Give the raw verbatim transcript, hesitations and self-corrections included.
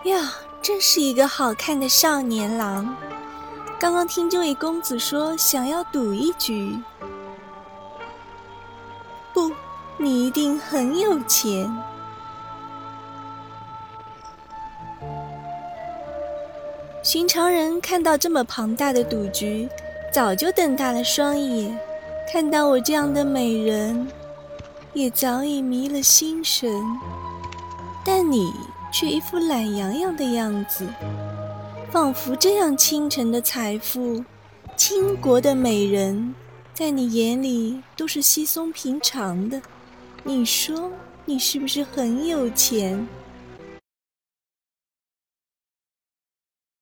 呀，真是一个好看的少年郎。刚刚听这位公子说想要赌一局。不，你一定很有钱。寻常人看到这么庞大的赌局，早就瞪大了双眼，看到我这样的美人，也早已迷了心神。但你却一副懒洋洋的样子，仿佛这样倾城的财富，倾国的美人，在你眼里都是稀松平常的。你说你是不是很有钱？